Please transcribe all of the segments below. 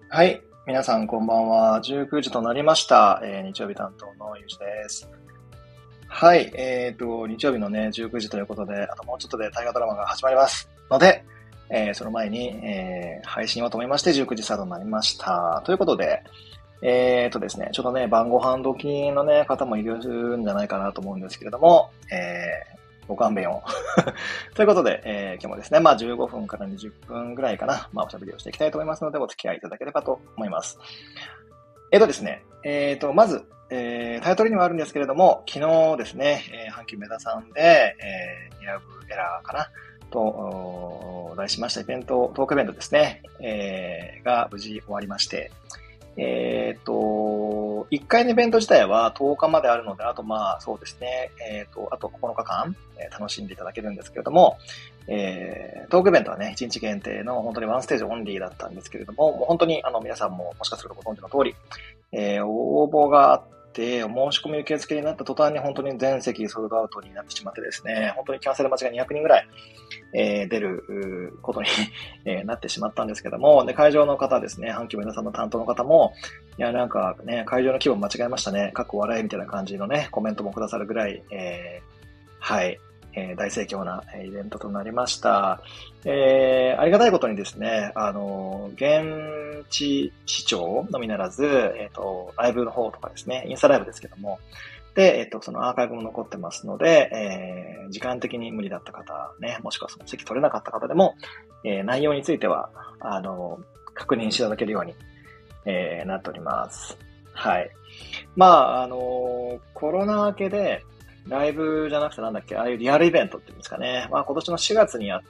はい。皆さんこんばんは。19時となりました。日曜日担当のゆうじです。はい。日曜日のね、19時ということで、あともうちょっとで大河ドラマが始まりますので、その前に、配信を止めまして19時スタートになりました。ということで、ですね、ちょっとね、晩ご飯時のね、方もいるんじゃないかなと思うんですけれども、ご勘弁を。ということで、今日もですね、15分から20分ぐらいかな、おしゃべりをしていきたいと思いますので、お付き合いいただければと思います。ですね、まず、タイトルにはあるんですけれども、昨日ですね、阪急メダさんで、ニアブエラーかなと、題しましたイベント、トークイベントですね、が無事終わりまして、1回のイベント自体は10日まであるので、あとそうですね、あと9日間、楽しんでいただけるんですけれども、トークイベントはね、1日限定の本当にワンステージオンリーだったんですけれども、もう本当に皆さんももしかするとご存知の通り、応募があって、申し込み受付になった途端に本当に全席ソールドアウトになってしまってですね、本当にキャンセル待ちが200人ぐらい、出ることになってしまったんですけども、で、会場の方ですね、阪急皆さんの担当の方も、いや、なんかね、会場の規模間違えましたね、かっこ笑いみたいな感じのね、コメントもくださるぐらい、はい、大盛況なイベントとなりました。ありがたいことにですね、現地視聴のみならず、ライブの方とかですね、インスタライブですけども、で、そのアーカイブも残ってますので、時間的に無理だった方ね、もしくはその席取れなかった方でも、内容については、確認していただけるように、なっております。はい。コロナ明けで、ライブじゃなくてああいうリアルイベントっていうんですかね。今年の4月にやった、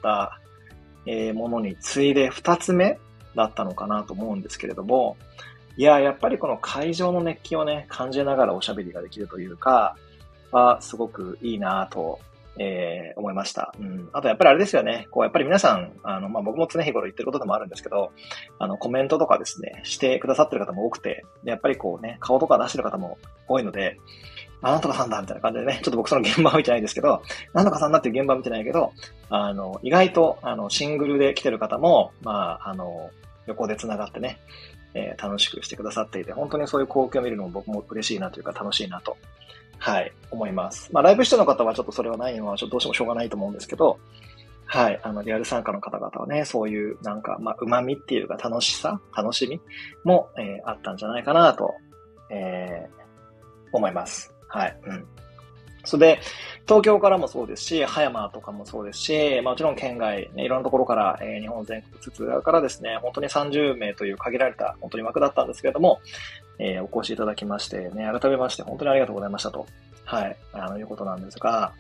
ものに次いで2つ目だったのかなと思うんですけれども、いや、やっぱりこの会場の熱気をね、感じながらおしゃべりができるというか、すごくいいなと、思いました。あとやっぱりあれですよね。やっぱり皆さん、僕も常日頃言ってることでもあるんですけど、コメントとかですね、してくださってる方も多くて、やっぱり顔とか出してる方も多いので、なんとかさんだみたいな感じでね、ちょっと僕その現場は見てないんですけど、なんとかさんだっていう現場は見てないけど、意外と、シングルで来てる方も、横で繋がってね、楽しくしてくださっていて、本当にそういう光景を見るのも僕も嬉しいなというか楽しいなと、はい、思います。ライブしての方はちょっとそれはないのは、ちょっとどうしてもしょうがないと思うんですけど、はい、リアル参加の方々はね、そういう旨味っていうか楽しみも、あったんじゃないかなと、思います。はい。それで、東京からもそうですし、葉山とかもそうですし、もちろん県外、ね、いろんなところから、日本全国津々からですね、本当に30名という限られた、本当に枠だったんですけれども、お越しいただきましてね、改めまして本当にありがとうございましたと、はい、いうことなんですが、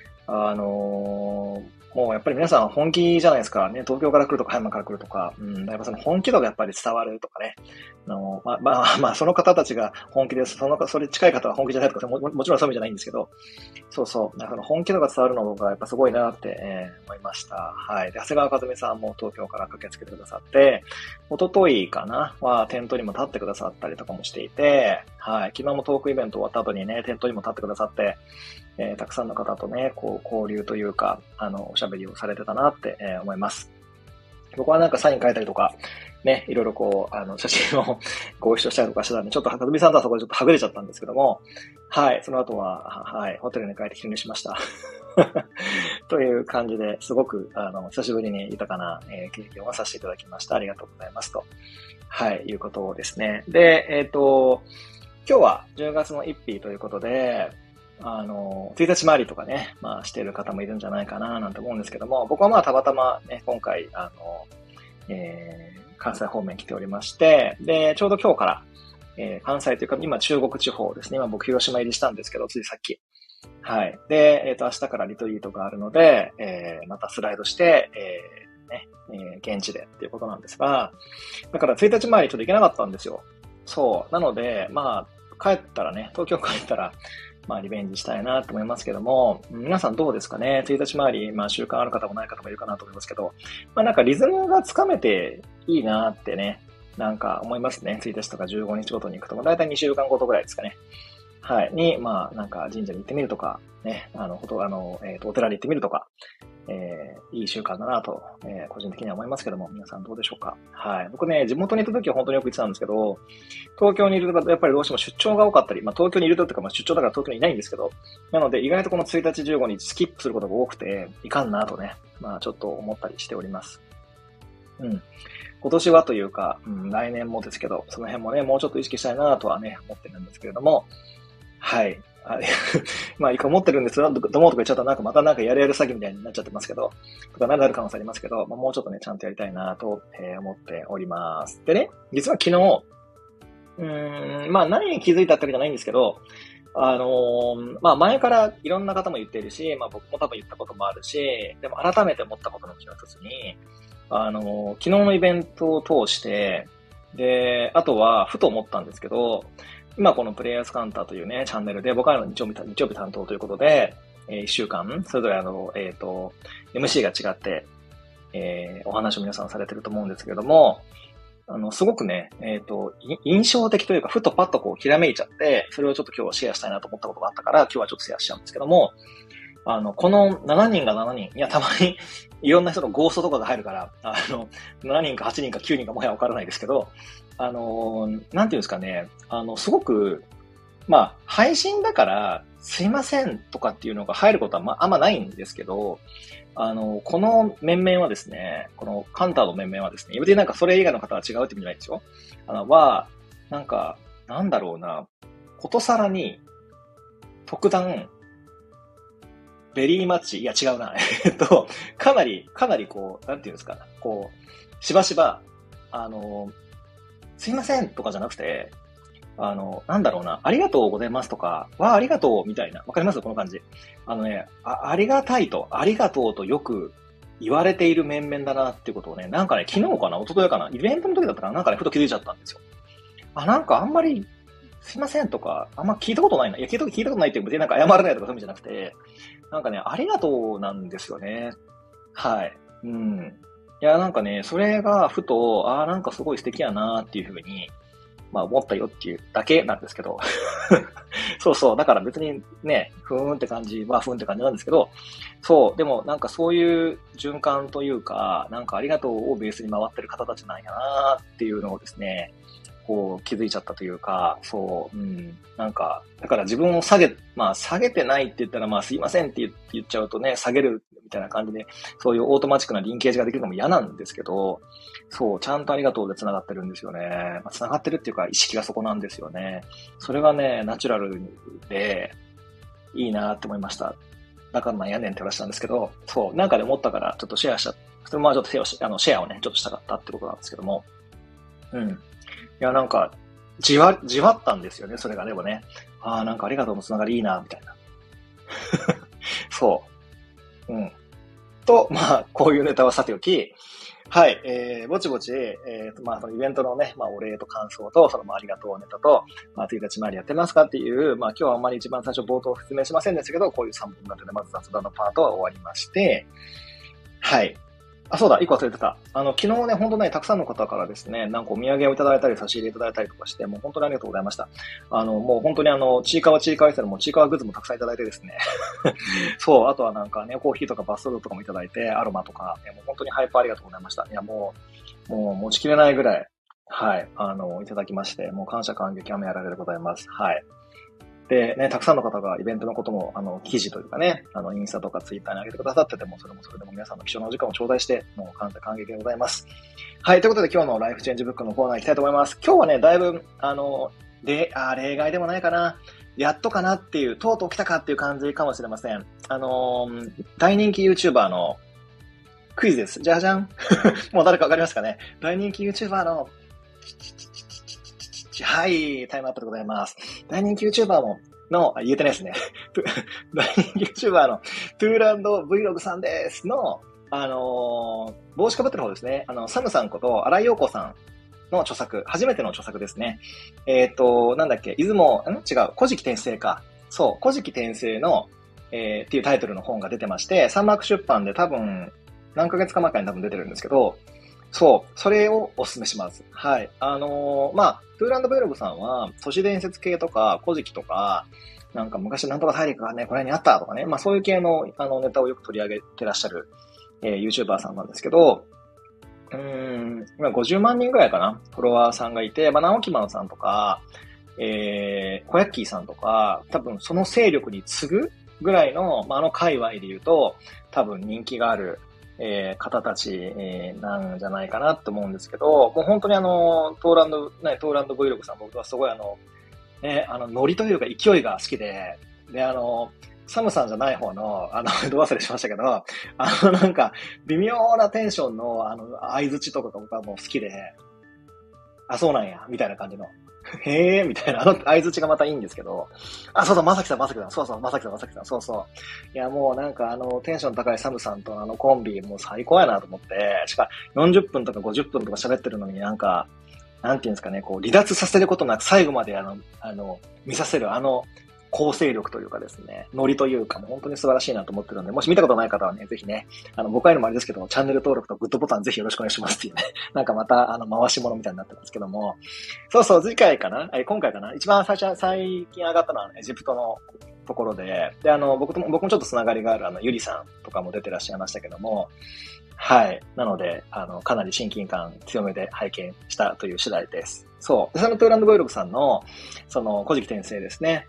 もうやっぱり皆さん本気じゃないですかね。東京から来るとか、葉山から来るとか、やっぱその本気度がやっぱり伝わるとかね。その方たちが本気です。それ近い方は本気じゃないとか、もちろんそういう意味じゃないんですけど、そうそう。本気度が伝わるのがやっぱすごいなって、思いました。はい。で、長谷川和美さんも東京から駆けつけてくださって、一昨日かなは、店頭にも立ってくださったりとかもしていて、はい。昨日もトークイベント終わった後にね、店頭にも立ってくださって、たくさんの方とね、交流というか、おしゃべりをされてたなって、思います。僕はサイン書いたりとか、ね、いろいろ写真をご一緒したりとかしてたんで、ちょっと、はずみさんとはそこでちょっとはぐれちゃったんですけども、はい、その後は、はい、ホテルに帰って昼寝しました。という感じで、すごく、久しぶりに豊かな、経験をさせていただきました。ありがとうございますと。はい、いうことですね。で、今日は10月の1日ということで、1日回りとかね、している方もいるんじゃないかななんて思うんですけども、僕はたまたまね、今回、関西方面来ておりまして、で、ちょうど今日から、関西というか、今中国地方ですね。今僕広島入りしたんですけど、ついさっき。はい。で、明日からリトリートがあるので、またスライドして、現地でっていうことなんですが、だから1日前にちょっと行けなかったんですよ。そう。なので、帰ったらね、東京帰ったら、リベンジしたいなと思いますけども、皆さんどうですかね。1日回り、習慣ある方もない方もいるかなと思いますけど、リズムがつかめていいなってね、思いますね。1日とか15日ごとに行くと、だいたい2週間ごとぐらいですかね。はい。に、神社に行ってみるとか、ね、お寺に行ってみるとか、 いい習慣だなと、個人的には思いますけども、皆さんどうでしょうか。はい。僕ね、地元にいた時は本当によく言ってたんですけど、東京にいるとやっぱりどうしても出張が多かったり、まあ東京にいるとっていうか、まあ出張だから東京にいないんですけど、なので意外とこの1日15日スキップすることが多くて、いかんなとね、まあちょっと思ったりしております。うん。今年はというか、来年もですけど、その辺もね、もうちょっと意識したいなとはね、思ってるんですけれども、はい。まあ、いいか思ってるんですが、どうもとか言っちゃったらなんかまたなんかやる詐欺みたいになっちゃってますけど、とかなる可能性ありますけど、まあ、もうちょっとね、ちゃんとやりたいなと、思っております。でね、実は昨日、まあ何に気づいたってわけじゃないんですけど、まあ前からいろんな方も言っているし、まあ僕も多分言ったこともあるし、でも改めて思ったことのうちの一つに、昨日のイベントを通して、で、あとはふと思ったんですけど、今このプレイヤースカウンターというね、チャンネルで僕は日曜日担当ということで、1週間、それぞれMC が違って、お話を皆さんされてると思うんですけれども、すごくね、印象的というか、ふとパッとこう、ひらめいちゃって、それをちょっと今日はシェアしたいなと思ったことがあったから、今日はちょっとシェアしちゃうんですけども、この7人が7人、いや、たまにいろんな人のゴーストとかが入るから、7人か8人か9人かもはやわからないですけど、なんていうんですかね、すごく、まあ、配信だから、すいませんとかっていうのが入ることはあんまないんですけど、この面々はですね、このカンターの面々はですね、別になんかそれ以外の方は違うって意味じゃないんですよ。なんか、なんだろうな、ことさらに、特段、ベリーマッチ、いや違うな、かなりこう、なんていうんですか、こう、しばしば、すいませんとかじゃなくて、なんだろうな、ありがとうございますとか、ありがとうみたいな。わかりますこの感じ。ありがたいと、ありがとうとよく言われている面々だなっていうことをね、なんかね、昨日かな、一昨日かな、イベントの時だったかな、なんかね、ふと気づいちゃったんですよ。なんかあんまり、すいませんとか、あんま聞いたことないな。いや、聞いたことないって別になんか謝らないとかそういう意味じゃなくて、なんかね、ありがとうなんですよね。はい。うん。いや、なんかね、それがふと、なんかすごい素敵やなっていうふうに、まあ思ったよっていうだけなんですけど。そうそう。だから別にね、ふーんって感じはふーんって感じなんですけど、そう。でもなんかそういう循環というか、なんかありがとうをベースに回ってる方たちなんやなっていうのをですね、こう気づいちゃったというか、そう、なんか、だから自分を下げてないって言ったら、まあすいませんって言っちゃうとね、下げるみたいな感じで、そういうオートマチックなリンケージができるのも嫌なんですけど、そう、ちゃんとありがとうで繋がってるんですよね。繋がってるっていうか、意識がそこなんですよね。それがね、ナチュラルで、いいなって思いました。だからなんやねんって話なんですけど、そう、なんかで思ったから、ちょっとシェアした、それまあちょっとシェアをね、ちょっとしたかったってことなんですけども、うん。いや、なんか、じわったんですよね、それがでもね。なんかありがとうのつながりいいな、みたいな。そう。まあ、こういうネタはさておき、はい、ぼちぼち、まあ、そのイベントのね、まあ、お礼と感想と、ありがとうネタと、まあ、1日前にやってますかっていう、まあ、今日はあんまり一番最初冒頭説明しませんでしたけど、こういう3本立てでまず雑談のパートは終わりまして、はい。そうだ、一個忘れてた。昨日ね、本当ね、たくさんの方からですね、なんかお土産をいただいたり、差し入れいただいたりとかして、もう本当にありがとうございました。もう本当にちいかわしたらもうちいかわグッズもたくさんいただいてですね。そう、あとはなんかね、コーヒーとかバスソルトとかもいただいて、アロマとか、もう本当にハイパーありがとうございました。いや、もう持ちきれないぐらい、はい、いただきまして、もう感謝感激雨あられでございます。はい。で、ね、たくさんの方がイベントのことも、記事というかね、インスタとかツイッターに上げてくださってても、それでも皆さんの貴重なお時間を頂戴して、もう感謝感激でございます。はい、ということで今日のライフチェンジブックのコーナー行きたいと思います。今日はね、だいぶ、例外でもないかな。やっとかなっていう、とうとう来たかっていう感じかもしれません。大人気 YouTuber のクイズです。じゃじゃん。もう誰かわかりますかね。大人気 YouTuber のはい、タイムアップでございます。大人気 YouTuber 言えてないですね。大人気 YouTuber のトゥーランド Vlog さんですの、帽子かぶってる方ですね。サムさんこと荒井陽子さんの著作、初めての著作ですね。なんだっけ、違う、古事記転生か。そう、古事記転生の、っていうタイトルの本が出てまして、サンマーク出版で多分、何ヶ月か前かに多分出てるんですけど、そう、それをお勧めします。はい。トゥーランドブログさんは、都市伝説系とか、古事記とか、 なんか昔なんとか大陸がね、これにあったとかね、まあそういう系のネタをよく取り上げてらっしゃる、YouTuber さんなんですけど、今50万人ぐらいかな、フォロワーさんがいて、まあ直木マンさんとか、小ヤッキーさんとか、多分その勢力に次ぐぐらいの、まあ界隈で言うと、多分人気がある、方たち、なんじゃないかなと思うんですけど、もう本当にトーランド Vlog さん、僕はすごいノリというか勢いが好きで、で、サムさんじゃない方の、ど忘れしましたけど、なんか、微妙なテンションの、相槌とかが僕はもう好きで、あ、そうなんや、みたいな感じの。へーみたいな、相槌がまたいいんですけど、あ、そうそう、まさきさん、そうそう、まさきさん、そうそう。いや、もうなんかテンション高いサムさんとコンビ、もう最高やなと思って、しか40分とか50分とか喋ってるのになんか、なんていうんですかね、こう、離脱させることなく最後まで見させる構成力というかですね、ノリというかもう本当に素晴らしいなと思ってるので、もし見たことない方はね、ぜひね、僕は言うのもあれですけど、チャンネル登録とグッドボタンぜひよろしくお願いしますっていうね、なんかまた回し物みたいになってますけども、そうそう、次回かな今回かな一番最近上がったのはエジプトのところで、僕もちょっとつながりがあるゆりさんとかも出てらっしゃいましたけども、はい。なので、かなり親近感強めで拝見したという次第です。そう。で、そのトゥーランドボイログさんの、古事記転生ですね。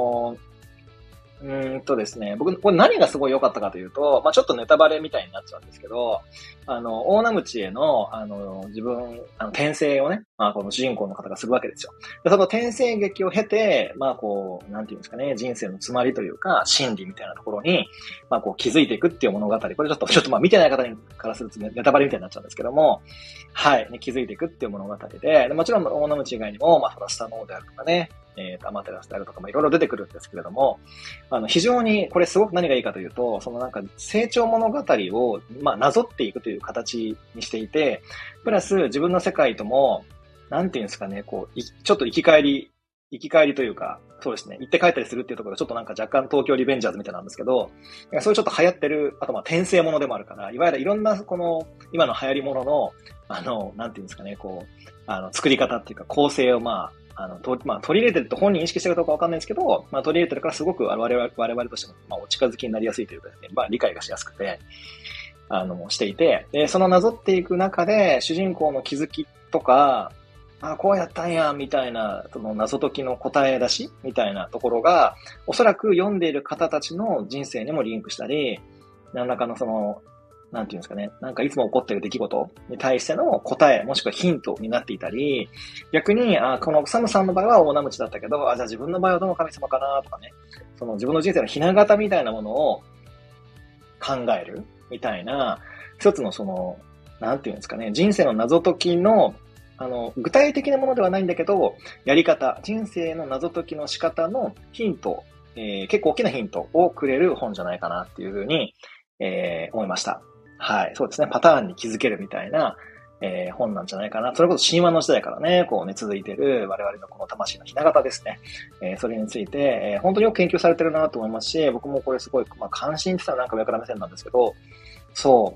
ですね、僕、これ何がすごい良かったかというと、まあちょっとネタバレみたいになっちゃうんですけど、大名淵への、転生をね、まあこの主人公の方がするわけですよ。で、その転生劇を経て、まあこう、なんていうんですかね、人生の詰まりというか、心理みたいなところに、まあこう気づいていくっていう物語。これちょっとまあ見てない方からするとネタバレみたいになっちゃうんですけども、はい、ね、気づいていくっていう物語で、もちろん大名淵以外にも、まあスタノーであるとかね、アマテラスであるとか、まあいろいろ出てくるんですけれども、非常に、これすごく何がいいかというと、なんか成長物語を、まあ、なぞっていくという形にしていて、プラス自分の世界とも、なんていうんですかね、こう、ちょっと生き返りというか、そうですね、行って帰ったりするっていうところがちょっとなんか若干東京リベンジャーズみたいなんですけど、そういうちょっと流行ってる、あとまあ転生ものでもあるから、いわゆるいろんなこの、今の流行りものの、なんていうんですかね、こう、作り方っていうか構成をまあ、取り入れてると本人意識してるかどうかわかんないですけど、まあ、取り入れてるからすごく我々としても、まあ、お近づきになりやすいというかですね、まあ、理解がしやすくて、していて、で、そのなぞっていく中で、主人公の気づきとか、あ、こうやったんや、みたいな、その謎解きの答え出しみたいなところが、おそらく読んでいる方たちの人生にもリンクしたり、何らかのなんていうんですかね、なんかいつも起こっている出来事に対しての答え、もしくはヒントになっていたり、逆に、このサムさんの場合は大名淵だったけど、じゃあ自分の場合はどの神様かなとかね、自分の人生のひな形みたいなものを考えるみたいな、一つのなんていうんですかね、人生の謎解きの、具体的なものではないんだけど、やり方、人生の謎解きの仕方のヒント、結構大きなヒントをくれる本じゃないかなっていうふうに、思いました。はい。そうですね。パターンに気づけるみたいな、本なんじゃないかな。それこそ神話の時代からね、こうね、続いている我々のこの魂のひな形ですね。それについて、本当によく研究されてるなと思いますし、僕もこれすごい、まあ、関心って言ったらなんか上から目線なんですけど、そう、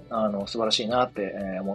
素晴らしいなって、思って、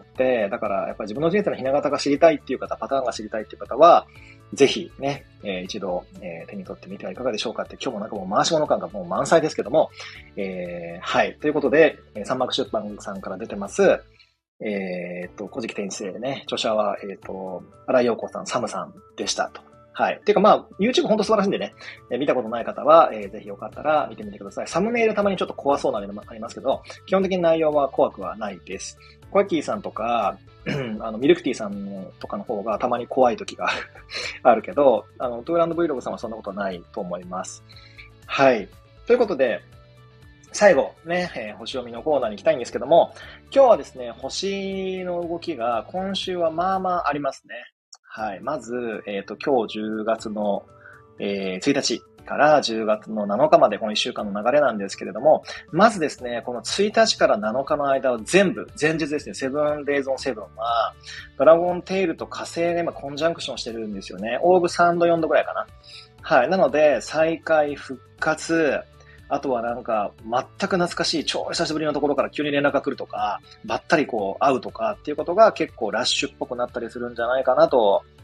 だからやっぱり自分の人生のひな形が知りたいっていう方、パターンが知りたいっていう方は、ぜひね、一度、手に取ってみてはいかがでしょうかって、今日もなんかもう回し物感がもう満載ですけども、はい。ということで、三幕出版さんから出てます、古事記転生ね、著者は、荒井陽子さん、サムさんでしたと。はい。ていうかまあ、YouTube ほんと素晴らしいんでね、見たことない方は、ぜひよかったら見てみてください。サムネイルたまにちょっと怖そうなのもありますけど、基本的に内容は怖くはないです。コアキーさんとか、ミルクティーさんとかの方がたまに怖い時があるけど、トゥーランド Vlog さんはそんなことないと思います。はい。ということで、最後ね、星読みのコーナーに行きたいんですけども、今日はですね、星の動きが今週はまあまあありますね。はい。まず、今日10月の、1日から10月の7日までこの1週間の流れなんですけれども、まずですね、この1日から7日の間を全部、前日ですね、セブンデイズオンセブンは、ドラゴンテイルと火星が今コンジャンクションしてるんですよね。オーブ3度4度ぐらいかな。はい。なので、再開復活、あとはなんか、全く懐かしい、超久しぶりのところから急に連絡が来るとか、ばったりこう会うとかっていうことが結構ラッシュっぽくなったりするんじゃないかなと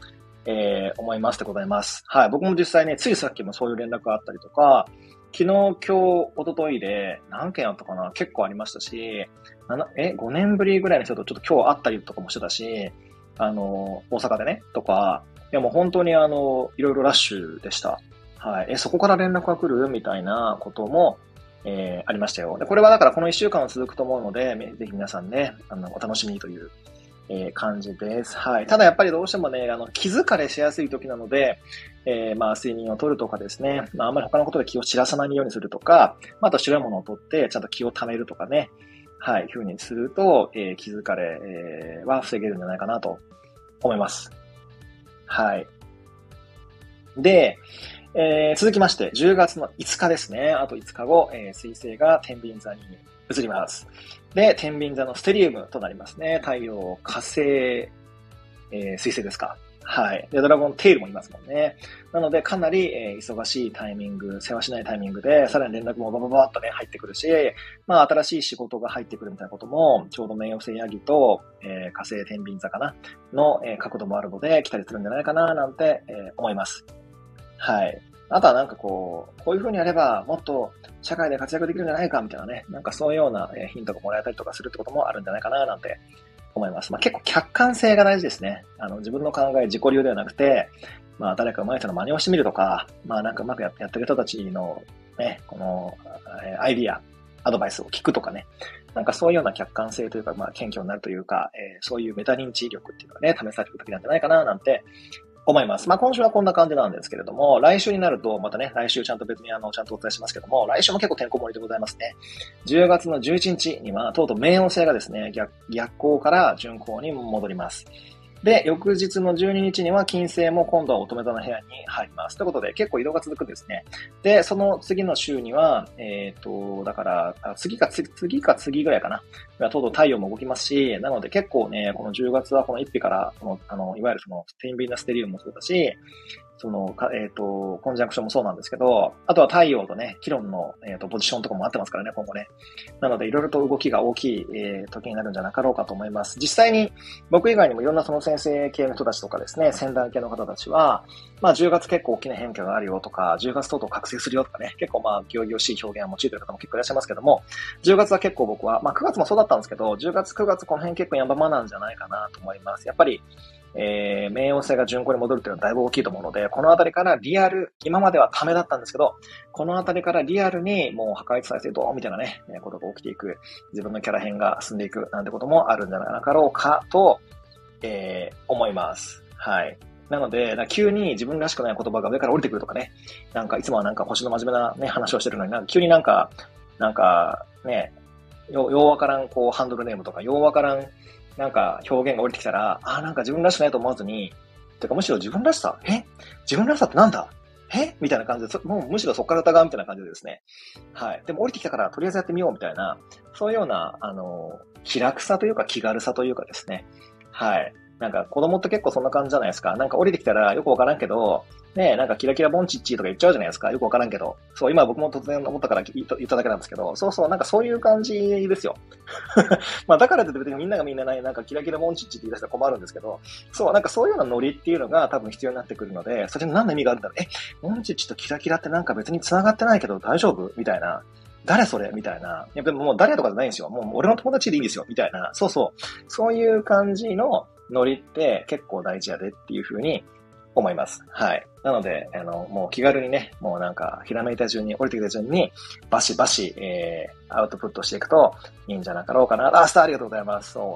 思いますでございます。はい。僕も実際ね、ついさっきもそういう連絡があったりとか、昨日、今日、一昨日で何件あったかな結構ありましたし、5年ぶりぐらいの人とちょっと今日会ったりとかもしてたし、大阪でね、とか、いやもう本当にいろいろラッシュでした。はい。そこから連絡が来るみたいなことも、ありましたよ。で、これはだからこの一週間は続くと思うので、ぜひ皆さんね、お楽しみにという、感じです。はい。ただやっぱりどうしてもね、気疲れしやすい時なので、睡眠をとるとかですね、あんまり他のことで気を散らさないようにするとか、あと白いものをとって、ちゃんと気を溜めるとかね、はい、いうふうにすると、気疲れ、は防げるんじゃないかなと思います。はい。で、続きまして、10月の5日ですね。あと5日後、水星が天秤座に移ります。で、天秤座のステリウムとなりますね。太陽、火星、水星ですか。はい。で、ドラゴンテイルもいますもんね。なので、かなり、忙しいタイミング、世話しないタイミングで、さらに連絡もバババッとね、入ってくるし、新しい仕事が入ってくるみたいなことも、ちょうど冥王星ヤギと、火星天秤座かなの、角度もあるので、来たりするんじゃないかな、なんて、思います。はい。あとはなんかこういう風にやればもっと社会で活躍できるんじゃないかみたいなね、なんかそういうようなヒントがもらえたりとかするってこともあるんじゃないかななんて思います。結構客観性が大事ですね。自分の考え、自己流ではなくて、誰か上手い人の真似をしてみるとか、なんかうまくやってる人たちのね、この、アイディア、アドバイスを聞くとかね、なんかそういうような客観性というか、謙虚になるというか、そういうメタ認知力っていうのがね、試される時なんじゃないかななんて思います。今週はこんな感じなんですけれども、来週になると、またね、来週ちゃんと別にちゃんとお伝えしますけども、来週も結構てんこ盛りでございますね。10月の11日には、とうとう冥王星がですね、逆行から順行に戻ります。で、翌日の12日には金星も今度は乙女座の部屋に入ります。ということで、結構移動が続くんですね。で、その次の週には、だから、次か次ぐらいかな。とうとう太陽も動きますし、なので結構ね、この10月はこの1日から、いわゆるその、天秤なステリウムもそうだし、その、コンジャンクションもそうなんですけど、あとは太陽とね、キロンの、ポジションとかもあってますからね、今後ね。なので、いろいろと動きが大きい、時になるんじゃなかろうかと思います。実際に、僕以外にもいろんなその先生系の人たちとかですね、先端系の方たちは、10月結構大きな変化があるよとか、10月とうとう覚醒するよとかね、結構行々しい表現を用いている方も結構いらっしゃいますけども、10月は結構僕は、9月もそうだったんですけど、10月、9月この辺結構ヤンバマなんじゃないかなと思います。やっぱり、冥王星が順行に戻るというのはだいぶ大きいと思うので、このあたりからリアル、今まではためだったんですけど、このあたりからリアルにもう破壊再生ドーンみたいなね、ことが起きていく、自分のキャラ変が進んでいくなんてこともあるんじゃなかろうかと、思います。はい。なので、急に自分らしくない言葉が上から降りてくるとかね、なんかいつもはなんか星の真面目なね、話をしてるのに急になんかね、ようわからんこうハンドルネームとか、ようわからんなんか表現が降りてきたら、なんか自分らしくないと思わずに、てかむしろ自分らしさ自分らしさってなんだみたいな感じで、もうむしろそこから疑うみたいな感じでですね。はい。でも降りてきたからとりあえずやってみようみたいな、そういうような、気楽さというか気軽さというかですね。はい。なんか子供って結構そんな感じじゃないですか。なんか降りてきたらよくわからんけど、ねえ、なんかキラキラボンチッチとか言っちゃうじゃないですか。よくわからんけど。そう、今僕も突然思ったから言っただけなんですけど、そうそう、なんかそういう感じですよ。だからといって別にみんながみんななんかキラキラモンチッチって言い出したら困るんですけど、そう、なんかそういうようなノリっていうのが多分必要になってくるので、それに何の意味があるんだろう。モンチッチとキラキラってなんか別に繋がってないけど大丈夫みたいな。誰それみたいな。いや、でももう誰とかじゃないんですよ。もう俺の友達でいいんですよ。みたいな。そうそう。そういう感じのノリって結構大事やでっていう風に思います。はい。なので、もう気軽にね、もうなんか、ひらめいた順に、降りてきた順に、バシバシ、アウトプットしていくといいんじゃなかろうかな。スターありがとうございます。そう、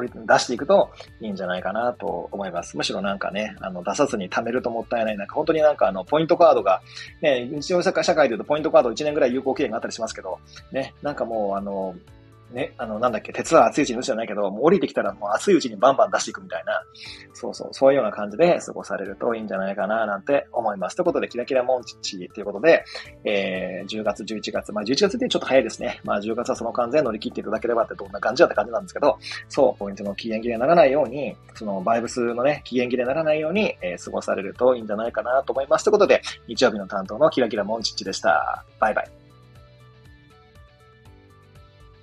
出していくといいんじゃないかなと思います。むしろなんかね、出さずに貯めるともったいない。なんか本当になんかポイントカードが、ね、日常社会で言うとポイントカード1年ぐらい有効期限があったりしますけど、ね、なんかもうね、なんだっけ、鉄は熱いうちに打つじゃないけど、もう降りてきたらもう熱いうちにバンバン出していくみたいな、そういうような感じで過ごされるといいんじゃないかな、なんて思います。ということで、キラキラモンチッチということで、10月、11月、11月でちょっと早いですね。10月はその完全乗り切っていただければってどんな感じだって感じなんですけど、そう、ポイントの期限切れにならないように、そのバイブスのね、期限切れにならないように、過ごされるといいんじゃないかなと思います。ということで、日曜日の担当のキラキラモンチッチでした。バイバイ。